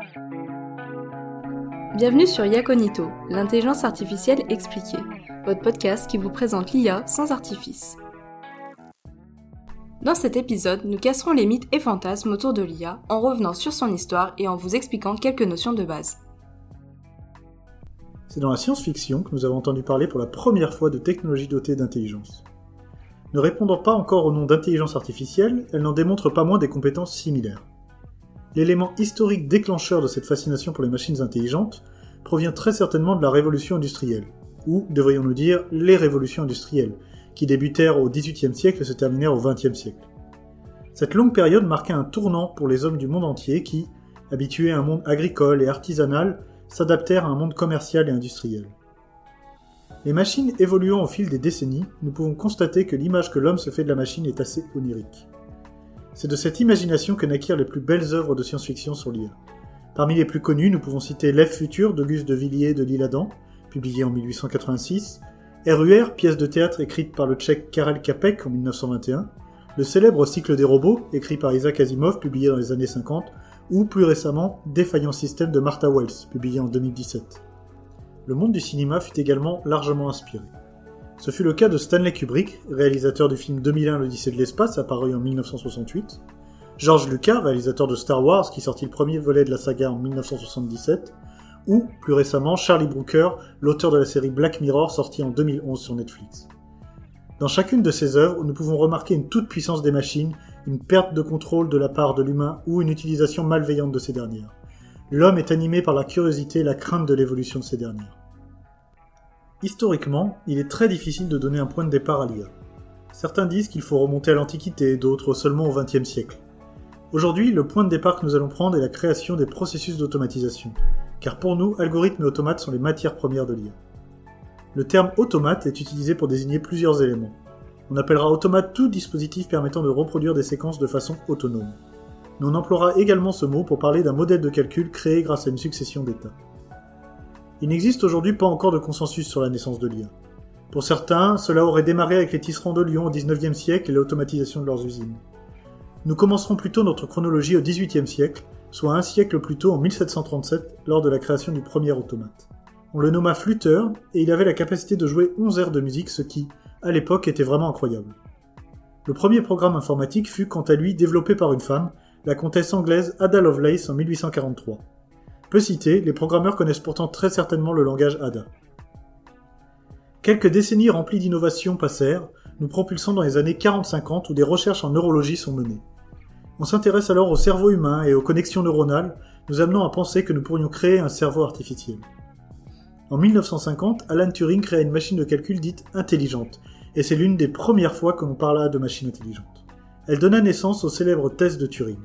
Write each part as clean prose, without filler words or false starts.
Bienvenue sur Yaconito, l'intelligence artificielle expliquée, votre podcast qui vous présente l'IA sans artifice. Dans cet épisode, nous casserons les mythes et fantasmes autour de l'IA en revenant sur son histoire et en vous expliquant quelques notions de base. C'est dans la science-fiction que nous avons entendu parler pour la première fois de technologies dotées d'intelligence. Ne répondant pas encore au nom d'intelligence artificielle, elle n'en démontre pas moins des compétences similaires. L'élément historique déclencheur de cette fascination pour les machines intelligentes provient très certainement de la révolution industrielle, ou devrions-nous dire les révolutions industrielles, qui débutèrent au XVIIIe siècle et se terminèrent au XXe siècle. Cette longue période marqua un tournant pour les hommes du monde entier qui, habitués à un monde agricole et artisanal, s'adaptèrent à un monde commercial et industriel. Les machines évoluant au fil des décennies, nous pouvons constater que l'image que l'homme se fait de la machine est assez onirique. C'est de cette imagination que naquirent les plus belles œuvres de science-fiction sur l'IA. Parmi les plus connues, nous pouvons citer L'Ève future d'Auguste de Villiers de l'Isle-Adam, publié en 1886, RUR, pièce de théâtre écrite par le tchèque Karel Čapek en 1921, le célèbre Cycle des robots, écrit par Isaac Asimov, publié dans les années 50, ou plus récemment Défaillant système de Martha Wells, publié en 2017. Le monde du cinéma fut également largement inspiré. Ce fut le cas de Stanley Kubrick, réalisateur du film 2001 l'Odyssée de l'espace, apparu en 1968, George Lucas, réalisateur de Star Wars, qui sortit le premier volet de la saga en 1977, ou, plus récemment, Charlie Brooker, l'auteur de la série Black Mirror, sortie en 2011 sur Netflix. Dans chacune de ces œuvres, nous pouvons remarquer une toute-puissance des machines, une perte de contrôle de la part de l'humain ou une utilisation malveillante de ces dernières. L'homme est animé par la curiosité et la crainte de l'évolution de ces dernières. Historiquement, il est très difficile de donner un point de départ à l'IA. Certains disent qu'il faut remonter à l'Antiquité, d'autres seulement au XXe siècle. Aujourd'hui, le point de départ que nous allons prendre est la création des processus d'automatisation, car pour nous, algorithmes et automates sont les matières premières de l'IA. Le terme automate est utilisé pour désigner plusieurs éléments. On appellera automate tout dispositif permettant de reproduire des séquences de façon autonome. Mais on emploiera également ce mot pour parler d'un modèle de calcul créé grâce à une succession d'états. Il n'existe aujourd'hui pas encore de consensus sur la naissance de l'IA. Pour certains, cela aurait démarré avec les tisserands de Lyon au XIXe siècle et l'automatisation de leurs usines. Nous commencerons plutôt notre chronologie au XVIIIe siècle, soit un siècle plus tôt en 1737, lors de la création du premier automate. On le nomma flûteur, et il avait la capacité de jouer 11 airs de musique, ce qui, à l'époque, était vraiment incroyable. Le premier programme informatique fut, quant à lui, développé par une femme, la comtesse anglaise Ada Lovelace en 1843. Peu cité, les programmeurs connaissent pourtant très certainement le langage Ada. Quelques décennies remplies d'innovations passèrent, nous propulsant dans les années 40-50 où des recherches en neurologie sont menées. On s'intéresse alors au cerveau humain et aux connexions neuronales, nous amenant à penser que nous pourrions créer un cerveau artificiel. En 1950, Alan Turing créa une machine de calcul dite intelligente, et c'est l'une des premières fois que l'on parla de machine intelligente. Elle donna naissance au célèbre test de Turing.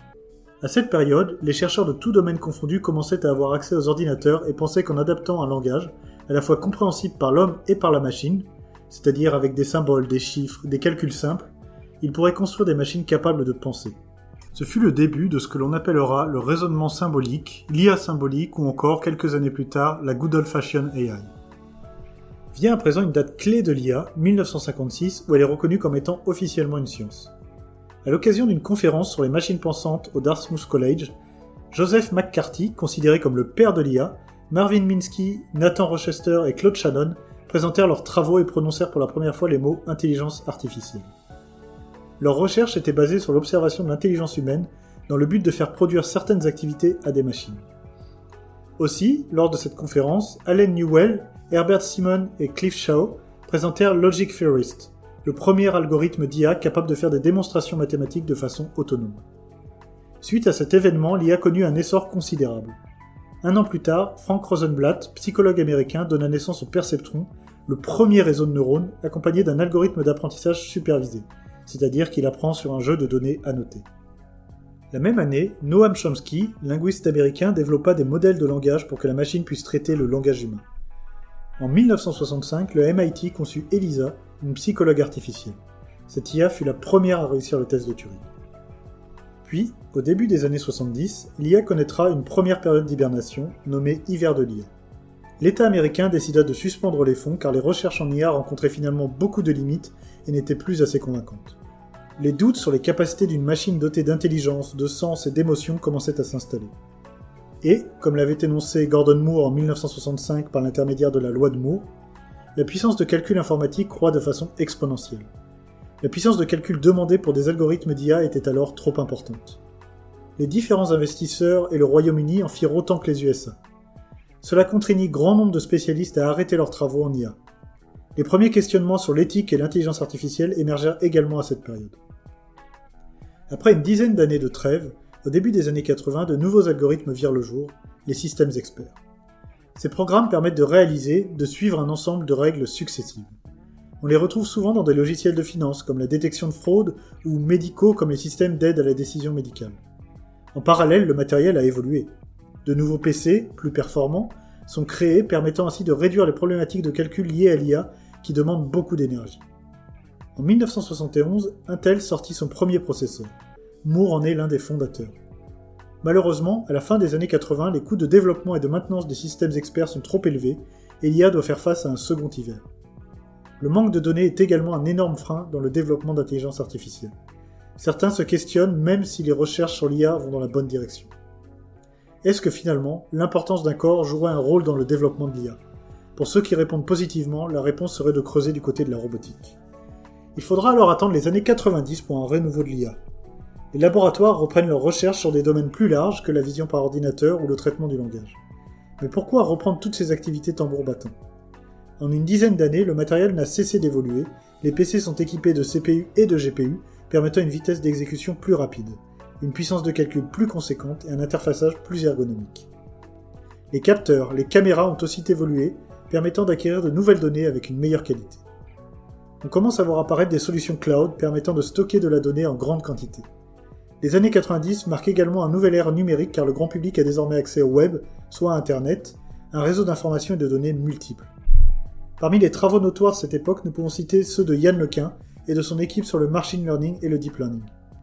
À cette période, les chercheurs de tout domaine confondu commençaient à avoir accès aux ordinateurs et pensaient qu'en adaptant un langage, à la fois compréhensible par l'homme et par la machine, c'est-à-dire avec des symboles, des chiffres, des calculs simples, ils pourraient construire des machines capables de penser. Ce fut le début de ce que l'on appellera le raisonnement symbolique, l'IA symbolique ou encore, quelques années plus tard, la Good Old-Fashioned AI. Vient à présent une date clé de l'IA, 1956, où elle est reconnue comme étant officiellement une science. À l'occasion d'une conférence sur les machines pensantes au Dartmouth College, Joseph McCarthy, considéré comme le père de l'IA, Marvin Minsky, Nathan Rochester et Claude Shannon présentèrent leurs travaux et prononcèrent pour la première fois les mots « intelligence artificielle ». Leurs recherches étaient basées sur l'observation de l'intelligence humaine dans le but de faire produire certaines activités à des machines. Aussi, lors de cette conférence, Allen Newell, Herbert Simon et Cliff Shaw présentèrent Logic Theorist, le premier algorithme d'IA capable de faire des démonstrations mathématiques de façon autonome. Suite à cet événement, l'IA connut un essor considérable. Un an plus tard, Frank Rosenblatt, psychologue américain, donna naissance au perceptron, le premier réseau de neurones accompagné d'un algorithme d'apprentissage supervisé, c'est-à-dire qu'il apprend sur un jeu de données annotées. La même année, Noam Chomsky, linguiste américain, développa des modèles de langage pour que la machine puisse traiter le langage humain. En 1965, le MIT conçut Elisa, une psychologue artificielle. Cette IA fut la première à réussir le test de Turing. Puis, au début des années 70, l'IA connaîtra une première période d'hibernation, nommée hiver de l'IA. L'État américain décida de suspendre les fonds car les recherches en IA rencontraient finalement beaucoup de limites et n'étaient plus assez convaincantes. Les doutes sur les capacités d'une machine dotée d'intelligence, de sens et d'émotion commençaient à s'installer. Et, comme l'avait énoncé Gordon Moore en 1965 par l'intermédiaire de la loi de Moore, la puissance de calcul informatique croît de façon exponentielle. La puissance de calcul demandée pour des algorithmes d'IA était alors trop importante. Les différents investisseurs et le Royaume-Uni en firent autant que les USA. Cela contraignit grand nombre de spécialistes à arrêter leurs travaux en IA. Les premiers questionnements sur l'éthique et l'intelligence artificielle émergèrent également à cette période. Après une dizaine d'années de trêve, au début des années 80, de nouveaux algorithmes virent le jour, les systèmes experts. Ces programmes permettent de réaliser, de suivre un ensemble de règles successives. On les retrouve souvent dans des logiciels de finance comme la détection de fraude ou médicaux comme les systèmes d'aide à la décision médicale. En parallèle, le matériel a évolué. De nouveaux PC, plus performants, sont créés permettant ainsi de réduire les problématiques de calcul liées à l'IA qui demandent beaucoup d'énergie. En 1971, Intel sortit son premier processeur. Moore en est l'un des fondateurs. Malheureusement, à la fin des années 80, les coûts de développement et de maintenance des systèmes experts sont trop élevés et l'IA doit faire face à un second hiver. Le manque de données est également un énorme frein dans le développement d'intelligence artificielle. Certains se questionnent même si les recherches sur l'IA vont dans la bonne direction. Est-ce que finalement, l'importance d'un corps jouerait un rôle dans le développement de l'IA ? Pour ceux qui répondent positivement, la réponse serait de creuser du côté de la robotique. Il faudra alors attendre les années 90 pour un renouveau de l'IA. Les laboratoires reprennent leurs recherches sur des domaines plus larges que la vision par ordinateur ou le traitement du langage. Mais pourquoi reprendre toutes ces activités tambour battant ? En une dizaine d'années, le matériel n'a cessé d'évoluer, les PC sont équipés de CPU et de GPU, permettant une vitesse d'exécution plus rapide, une puissance de calcul plus conséquente et un interfaçage plus ergonomique. Les capteurs, les caméras ont aussi évolué, permettant d'acquérir de nouvelles données avec une meilleure qualité. On commence à voir apparaître des solutions cloud permettant de stocker de la donnée en grande quantité. Les années 90 marquent également un nouvel ère numérique car le grand public a désormais accès au web, soit à Internet, un réseau d'informations et de données multiples. Parmi les travaux notoires de cette époque, nous pouvons citer ceux de Yann LeCun et de son équipe sur le machine learning et le deep learning.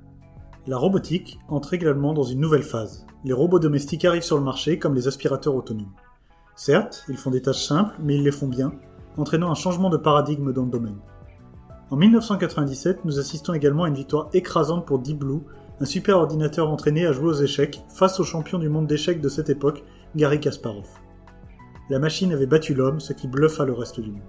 La robotique entre également dans une nouvelle phase. Les robots domestiques arrivent sur le marché comme les aspirateurs autonomes. Certes, ils font des tâches simples, mais ils les font bien, entraînant un changement de paradigme dans le domaine. En 1997, nous assistons également à une victoire écrasante pour Deep Blue, un super ordinateur entraîné à jouer aux échecs face au champion du monde d'échecs de cette époque, Garry Kasparov. La machine avait battu l'homme, ce qui bluffa le reste du monde.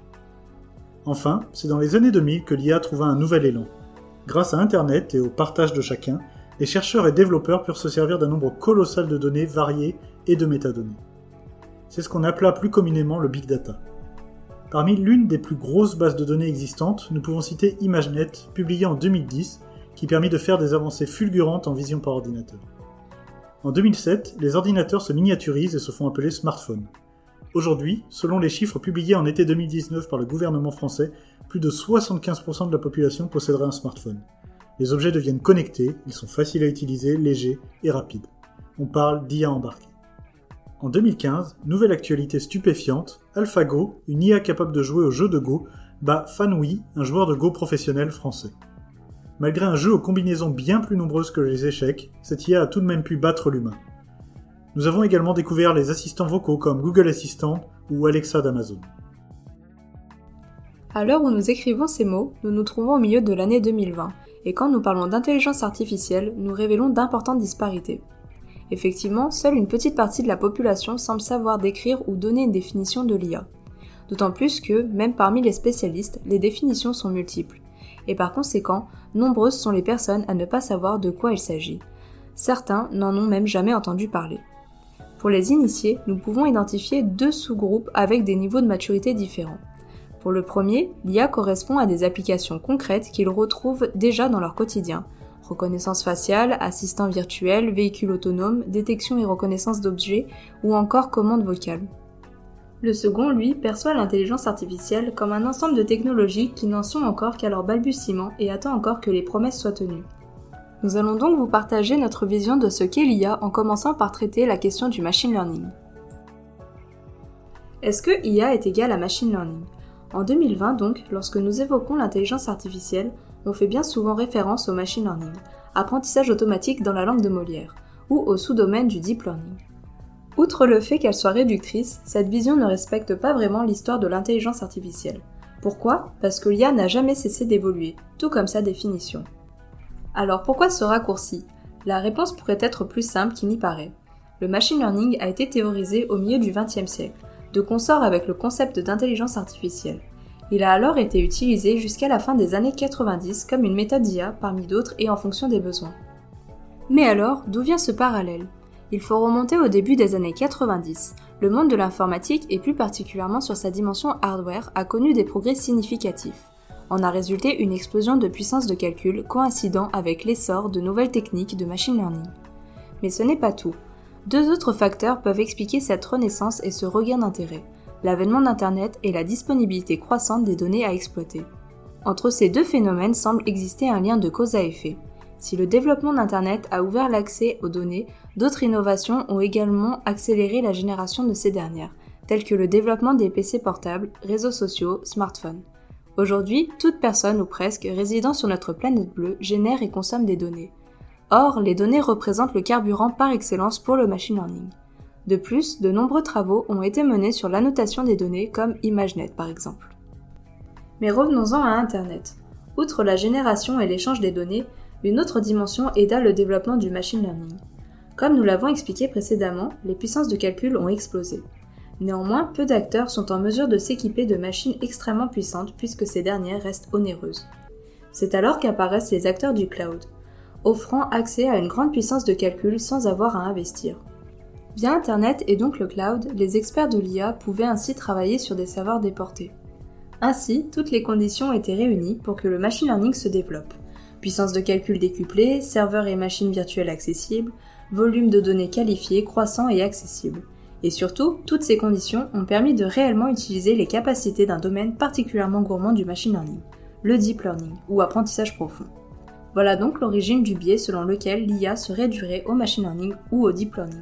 Enfin, c'est dans les années 2000 que l'IA trouva un nouvel élan. Grâce à Internet et au partage de chacun, les chercheurs et développeurs purent se servir d'un nombre colossal de données variées et de métadonnées. C'est ce qu'on appela plus communément le Big Data. Parmi l'une des plus grosses bases de données existantes, nous pouvons citer ImageNet, publiée en 2010, qui permit de faire des avancées fulgurantes en vision par ordinateur. En 2007, les ordinateurs se miniaturisent et se font appeler smartphones. Aujourd'hui, selon les chiffres publiés en été 2019 par le gouvernement français, plus de 75% de la population posséderait un smartphone. Les objets deviennent connectés, ils sont faciles à utiliser, légers et rapides. On parle d'IA embarquée. En 2015, nouvelle actualité stupéfiante, AlphaGo, une IA capable de jouer au jeu de Go, bat Fanhui, un joueur de Go professionnel français. Malgré un jeu aux combinaisons bien plus nombreuses que les échecs, cette IA a tout de même pu battre l'humain. Nous avons également découvert les assistants vocaux comme Google Assistant ou Alexa d'Amazon. À l'heure où nous écrivons ces mots, nous nous trouvons au milieu de l'année 2020, et quand nous parlons d'intelligence artificielle, nous révélons d'importantes disparités. Effectivement, seule une petite partie de la population semble savoir décrire ou donner une définition de l'IA. D'autant plus que, même parmi les spécialistes, les définitions sont multiples. Et par conséquent, nombreuses sont les personnes à ne pas savoir de quoi il s'agit. Certains n'en ont même jamais entendu parler. Pour les initiés, nous pouvons identifier deux sous-groupes avec des niveaux de maturité différents. Pour le premier, l'IA correspond à des applications concrètes qu'ils retrouvent déjà dans leur quotidien. Reconnaissance faciale, assistant virtuel, véhicule autonome, détection et reconnaissance d'objets, ou encore commande vocale. Le second, lui, perçoit l'intelligence artificielle comme un ensemble de technologies qui n'en sont encore qu'à leur balbutiement et attend encore que les promesses soient tenues. Nous allons donc vous partager notre vision de ce qu'est l'IA en commençant par traiter la question du machine learning. Est-ce que IA est égal à machine learning ? En 2020 donc, lorsque nous évoquons l'intelligence artificielle, on fait bien souvent référence au machine learning, apprentissage automatique dans la langue de Molière, ou au sous-domaine du deep learning. Outre le fait qu'elle soit réductrice, cette vision ne respecte pas vraiment l'histoire de l'intelligence artificielle. Pourquoi ? Parce que l'IA n'a jamais cessé d'évoluer, tout comme sa définition. Alors pourquoi ce raccourci ? La réponse pourrait être plus simple qu'il n'y paraît. Le machine learning a été théorisé au milieu du XXe siècle, de consort avec le concept d'intelligence artificielle. Il a alors été utilisé jusqu'à la fin des années 90 comme une méthode d'IA parmi d'autres et en fonction des besoins. Mais alors, d'où vient ce parallèle ? Il faut remonter au début des années 90. Le monde de l'informatique, et plus particulièrement sur sa dimension hardware, a connu des progrès significatifs. En a résulté une explosion de puissance de calcul coïncidant avec l'essor de nouvelles techniques de machine learning. Mais ce n'est pas tout. Deux autres facteurs peuvent expliquer cette renaissance et ce regain d'intérêt, l'avènement d'Internet et la disponibilité croissante des données à exploiter. Entre ces deux phénomènes semble exister un lien de cause à effet. Si le développement d'Internet a ouvert l'accès aux données, d'autres innovations ont également accéléré la génération de ces dernières, telles que le développement des PC portables, réseaux sociaux, smartphones. Aujourd'hui, toute personne ou presque résidant sur notre planète bleue génère et consomme des données. Or, les données représentent le carburant par excellence pour le machine learning. De plus, de nombreux travaux ont été menés sur l'annotation des données comme ImageNet par exemple. Mais revenons-en à Internet. Outre la génération et l'échange des données, une autre dimension aida le développement du machine learning. Comme nous l'avons expliqué précédemment, les puissances de calcul ont explosé. Néanmoins, peu d'acteurs sont en mesure de s'équiper de machines extrêmement puissantes puisque ces dernières restent onéreuses. C'est alors qu'apparaissent les acteurs du cloud, offrant accès à une grande puissance de calcul sans avoir à investir. Via Internet et donc le cloud, les experts de l'IA pouvaient ainsi travailler sur des serveurs déportés. Ainsi, toutes les conditions étaient réunies pour que le machine learning se développe. Puissance de calcul décuplée, serveurs et machines virtuelles accessibles, volume de données qualifiées, croissant et accessible. Et surtout, toutes ces conditions ont permis de réellement utiliser les capacités d'un domaine particulièrement gourmand du machine learning, le deep learning, ou apprentissage profond. Voilà donc l'origine du biais selon lequel l'IA se réduirait au machine learning ou au deep learning.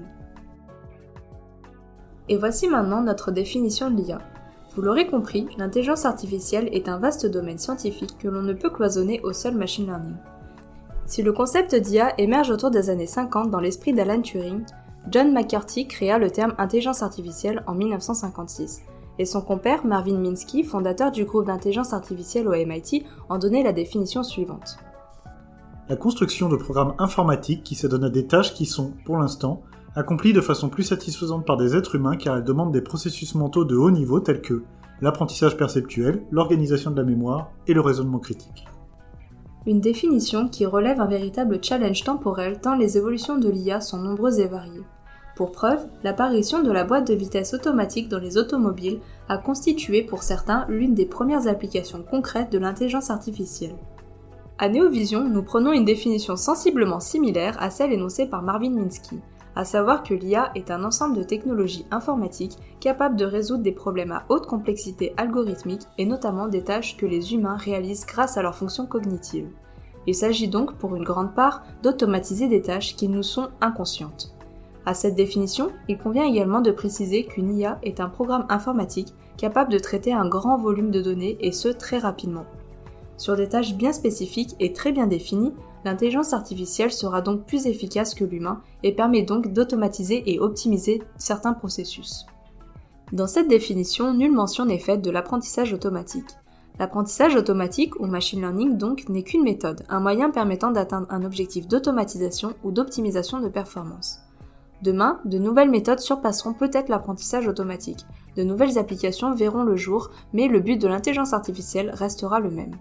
Et voici maintenant notre définition de l'IA. Vous l'aurez compris, l'intelligence artificielle est un vaste domaine scientifique que l'on ne peut cloisonner au seul machine learning. Si le concept d'IA émerge autour des années 50 dans l'esprit d'Alan Turing, John McCarthy créa le terme intelligence artificielle en 1956, et son compère Marvin Minsky, fondateur du groupe d'intelligence artificielle au MIT, en donnait la définition suivante. La construction de programmes informatiques qui s'adonnent à des tâches qui sont, pour l'instant, accomplies de façon plus satisfaisante par des êtres humains car elles demandent des processus mentaux de haut niveau tels que l'apprentissage perceptuel, l'organisation de la mémoire et le raisonnement critique. Une définition qui relève un véritable challenge temporel tant les évolutions de l'IA sont nombreuses et variées. Pour preuve, l'apparition de la boîte de vitesse automatique dans les automobiles a constitué pour certains l'une des premières applications concrètes de l'intelligence artificielle. À Néovision, nous prenons une définition sensiblement similaire à celle énoncée par Marvin Minsky, à savoir que l'IA est un ensemble de technologies informatiques capables de résoudre des problèmes à haute complexité algorithmique et notamment des tâches que les humains réalisent grâce à leurs fonctions cognitives. Il s'agit donc pour une grande part d'automatiser des tâches qui nous sont inconscientes. À cette définition, il convient également de préciser qu'une IA est un programme informatique capable de traiter un grand volume de données et ce très rapidement. Sur des tâches bien spécifiques et très bien définies, l'intelligence artificielle sera donc plus efficace que l'humain et permet donc d'automatiser et optimiser certains processus. Dans cette définition, nulle mention n'est faite de l'apprentissage automatique. L'apprentissage automatique ou machine learning donc n'est qu'une méthode, un moyen permettant d'atteindre un objectif d'automatisation ou d'optimisation de performance. Demain, de nouvelles méthodes surpasseront peut-être l'apprentissage automatique, de nouvelles applications verront le jour, mais le but de l'intelligence artificielle restera le même.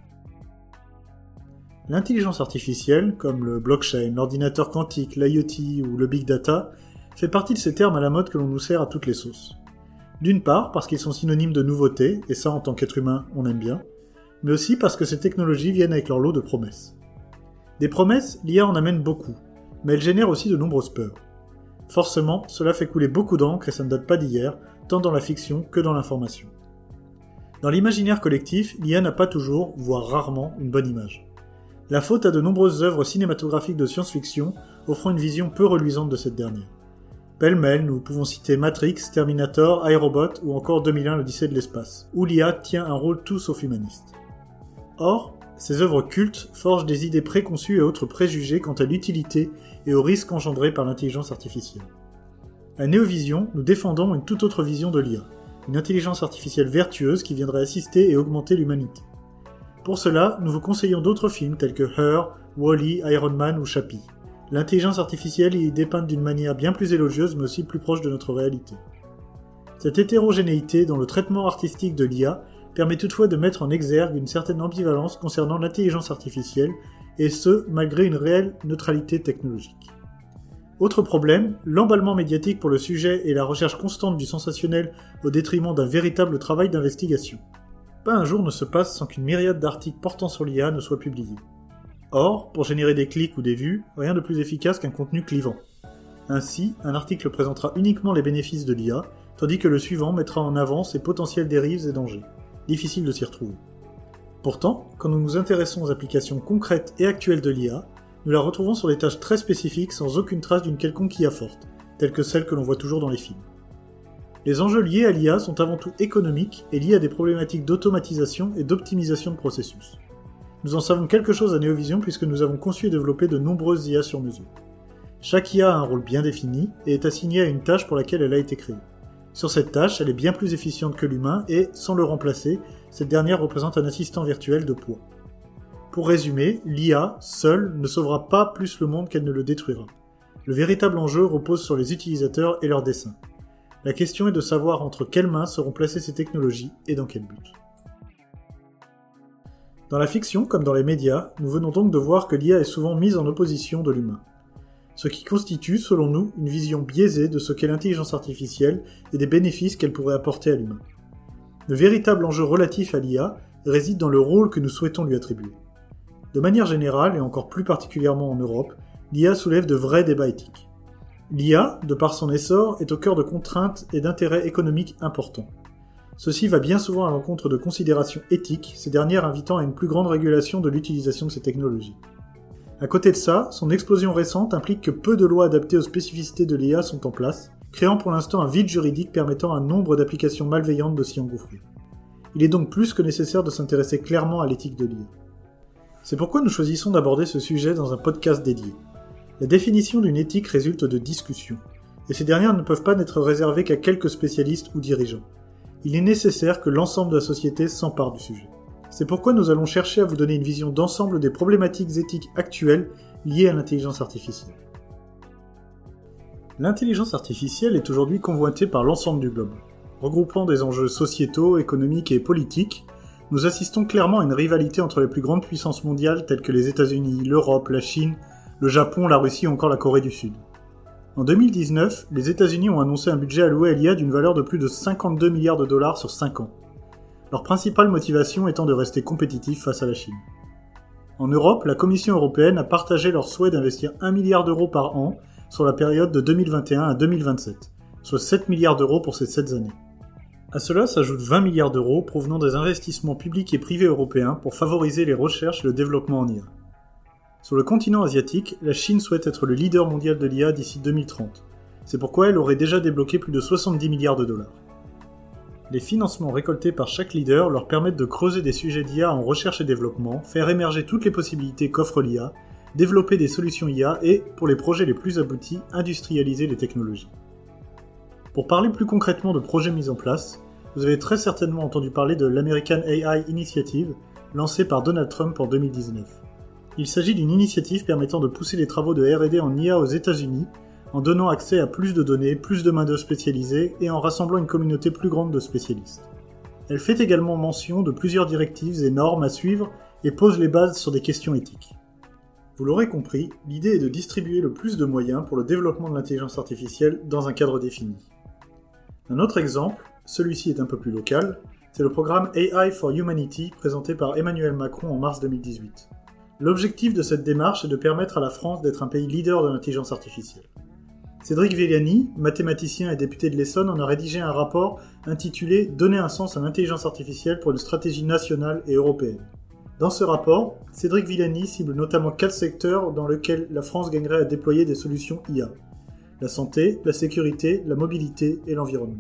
L'intelligence artificielle, comme le blockchain, l'ordinateur quantique, l'IoT ou le big data, fait partie de ces termes à la mode que l'on nous sert à toutes les sauces. D'une part parce qu'ils sont synonymes de nouveautés, et ça en tant qu'être humain on aime bien, mais aussi parce que ces technologies viennent avec leur lot de promesses. Des promesses, l'IA en amène beaucoup, mais elle génère aussi de nombreuses peurs. Forcément, cela fait couler beaucoup d'encre et ça ne date pas d'hier, tant dans la fiction que dans l'information. Dans l'imaginaire collectif, l'IA n'a pas toujours, voire rarement, une bonne image. La faute à de nombreuses œuvres cinématographiques de science-fiction offrant une vision peu reluisante de cette dernière. Pêle-mêle, nous pouvons citer Matrix, Terminator, iRobot ou encore 2001 l'Odyssée de l'espace, où l'IA tient un rôle tout sauf humaniste. Or, ces œuvres cultes forgent des idées préconçues et autres préjugés quant à l'utilité et aux risques engendrés par l'intelligence artificielle. À Néovision, nous défendons une toute autre vision de l'IA, une intelligence artificielle vertueuse qui viendrait assister et augmenter l'humanité. Pour cela, nous vous conseillons d'autres films tels que Her, Wall-E, Iron Man ou Chappie. L'intelligence artificielle y est dépeinte d'une manière bien plus élogieuse mais aussi plus proche de notre réalité. Cette hétérogénéité dans le traitement artistique de l'IA permet toutefois de mettre en exergue une certaine ambivalence concernant l'intelligence artificielle, et ce, malgré une réelle neutralité technologique. Autre problème, l'emballement médiatique pour le sujet et la recherche constante du sensationnel au détriment d'un véritable travail d'investigation. Pas un jour ne se passe sans qu'une myriade d'articles portant sur l'IA ne soient publiés. Or, pour générer des clics ou des vues, rien de plus efficace qu'un contenu clivant. Ainsi, un article présentera uniquement les bénéfices de l'IA, tandis que le suivant mettra en avant ses potentielles dérives et dangers. Difficile de s'y retrouver. Pourtant, quand nous nous intéressons aux applications concrètes et actuelles de l'IA, nous la retrouvons sur des tâches très spécifiques sans aucune trace d'une quelconque IA forte, telle que celle que l'on voit toujours dans les films. Les enjeux liés à l'IA sont avant tout économiques et liés à des problématiques d'automatisation et d'optimisation de processus. Nous en savons quelque chose à Neovision puisque nous avons conçu et développé de nombreuses IA sur mesure. Chaque IA a un rôle bien défini et est assignée à une tâche pour laquelle elle a été créée. Sur cette tâche, elle est bien plus efficiente que l'humain et, sans le remplacer, cette dernière représente un assistant virtuel de poids. Pour résumer, l'IA, seule, ne sauvera pas plus le monde qu'elle ne le détruira. Le véritable enjeu repose sur les utilisateurs et leurs desseins. La question est de savoir entre quelles mains seront placées ces technologies et dans quel but. Dans la fiction, comme dans les médias, nous venons donc de voir que l'IA est souvent mise en opposition de l'humain. Ce qui constitue, selon nous, une vision biaisée de ce qu'est l'intelligence artificielle et des bénéfices qu'elle pourrait apporter à l'humain. Le véritable enjeu relatif à l'IA réside dans le rôle que nous souhaitons lui attribuer. De manière générale, et encore plus particulièrement en Europe, l'IA soulève de vrais débats éthiques. L'IA, de par son essor, est au cœur de contraintes et d'intérêts économiques importants. Ceci va bien souvent à l'encontre de considérations éthiques, ces dernières invitant à une plus grande régulation de l'utilisation de ces technologies. À côté de ça, son explosion récente implique que peu de lois adaptées aux spécificités de l'IA sont en place, créant pour l'instant un vide juridique permettant à un nombre d'applications malveillantes de s'y engouffrer. Il est donc plus que nécessaire de s'intéresser clairement à l'éthique de l'IA. C'est pourquoi nous choisissons d'aborder ce sujet dans un podcast dédié. La définition d'une éthique résulte de discussions, et ces dernières ne peuvent pas n'être réservées qu'à quelques spécialistes ou dirigeants. Il est nécessaire que l'ensemble de la société s'empare du sujet. C'est pourquoi nous allons chercher à vous donner une vision d'ensemble des problématiques éthiques actuelles liées à l'intelligence artificielle. L'intelligence artificielle est aujourd'hui convoitée par l'ensemble du globe. Regroupant des enjeux sociétaux, économiques et politiques, nous assistons clairement à une rivalité entre les plus grandes puissances mondiales telles que les États-Unis, l'Europe, la Chine, le Japon, la Russie ou encore la Corée du Sud. En 2019, les États-Unis ont annoncé un budget alloué à l'IA d'une valeur de plus de 52 milliards de dollars sur 5 ans. Leur principale motivation étant de rester compétitifs face à la Chine. En Europe, la Commission européenne a partagé leur souhait d'investir 1 milliard d'euros par an sur la période de 2021 à 2027, soit 7 milliards d'euros pour ces 7 années. À cela s'ajoutent 20 milliards d'euros provenant des investissements publics et privés européens pour favoriser les recherches et le développement en IA. Sur le continent asiatique, la Chine souhaite être le leader mondial de l'IA d'ici 2030. C'est pourquoi elle aurait déjà débloqué plus de 70 milliards de dollars. Les financements récoltés par chaque leader leur permettent de creuser des sujets d'IA en recherche et développement, faire émerger toutes les possibilités qu'offre l'IA, développer des solutions IA et, pour les projets les plus aboutis, industrialiser les technologies. Pour parler plus concrètement de projets mis en place, vous avez très certainement entendu parler de l'American AI Initiative, lancée par Donald Trump en 2019. Il s'agit d'une initiative permettant de pousser les travaux de R&D en IA aux États-Unis, en donnant accès à plus de données, plus de main-d'œuvre spécialisée et en rassemblant une communauté plus grande de spécialistes. Elle fait également mention de plusieurs directives et normes à suivre et pose les bases sur des questions éthiques. Vous l'aurez compris, l'idée est de distribuer le plus de moyens pour le développement de l'intelligence artificielle dans un cadre défini. Un autre exemple, celui-ci est un peu plus local, c'est le programme AI for Humanity présenté par Emmanuel Macron en mars 2018. L'objectif de cette démarche est de permettre à la France d'être un pays leader de l'intelligence artificielle. Cédric Villani, mathématicien et député de l'Essonne, en a rédigé un rapport intitulé « Donner un sens à l'intelligence artificielle pour une stratégie nationale et européenne ». Dans ce rapport, Cédric Villani cible notamment 4 secteurs dans lesquels la France gagnerait à déployer des solutions IA. La santé, la sécurité, la mobilité et l'environnement.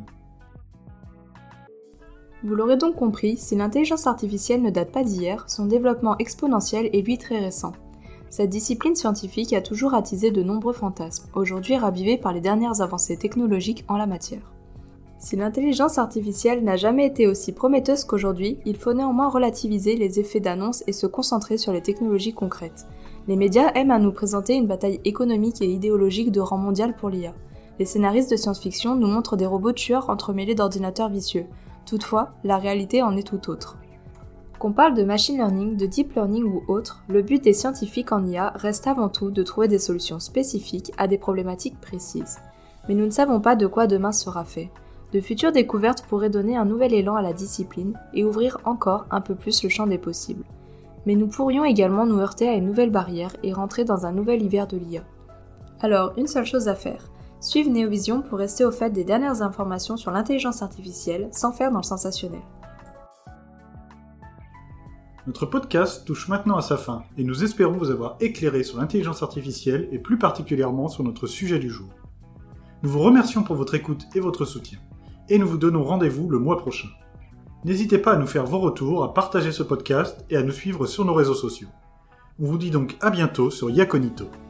Vous l'aurez donc compris, si l'intelligence artificielle ne date pas d'hier, son développement exponentiel est lui très récent. Cette discipline scientifique a toujours attisé de nombreux fantasmes, aujourd'hui ravivés par les dernières avancées technologiques en la matière. Si l'intelligence artificielle n'a jamais été aussi prometteuse qu'aujourd'hui, il faut néanmoins relativiser les effets d'annonce et se concentrer sur les technologies concrètes. Les médias aiment à nous présenter une bataille économique et idéologique de rang mondial pour l'IA. Les scénaristes de science-fiction nous montrent des robots tueurs entremêlés d'ordinateurs vicieux. Toutefois, la réalité en est tout autre. Qu'on parle de machine learning, de deep learning ou autre, le but des scientifiques en IA reste avant tout de trouver des solutions spécifiques à des problématiques précises. Mais nous ne savons pas de quoi demain sera fait. De futures découvertes pourraient donner un nouvel élan à la discipline et ouvrir encore un peu plus le champ des possibles. Mais nous pourrions également nous heurter à une nouvelle barrière et rentrer dans un nouvel hiver de l'IA. Alors, une seule chose à faire, suivre Néovision pour rester au fait des dernières informations sur l'intelligence artificielle sans faire dans le sensationnel. Notre podcast touche maintenant à sa fin et nous espérons vous avoir éclairé sur l'intelligence artificielle et plus particulièrement sur notre sujet du jour. Nous vous remercions pour votre écoute et votre soutien et nous vous donnons rendez-vous le mois prochain. N'hésitez pas à nous faire vos retours, à partager ce podcast et à nous suivre sur nos réseaux sociaux. On vous dit donc à bientôt sur Yaconito.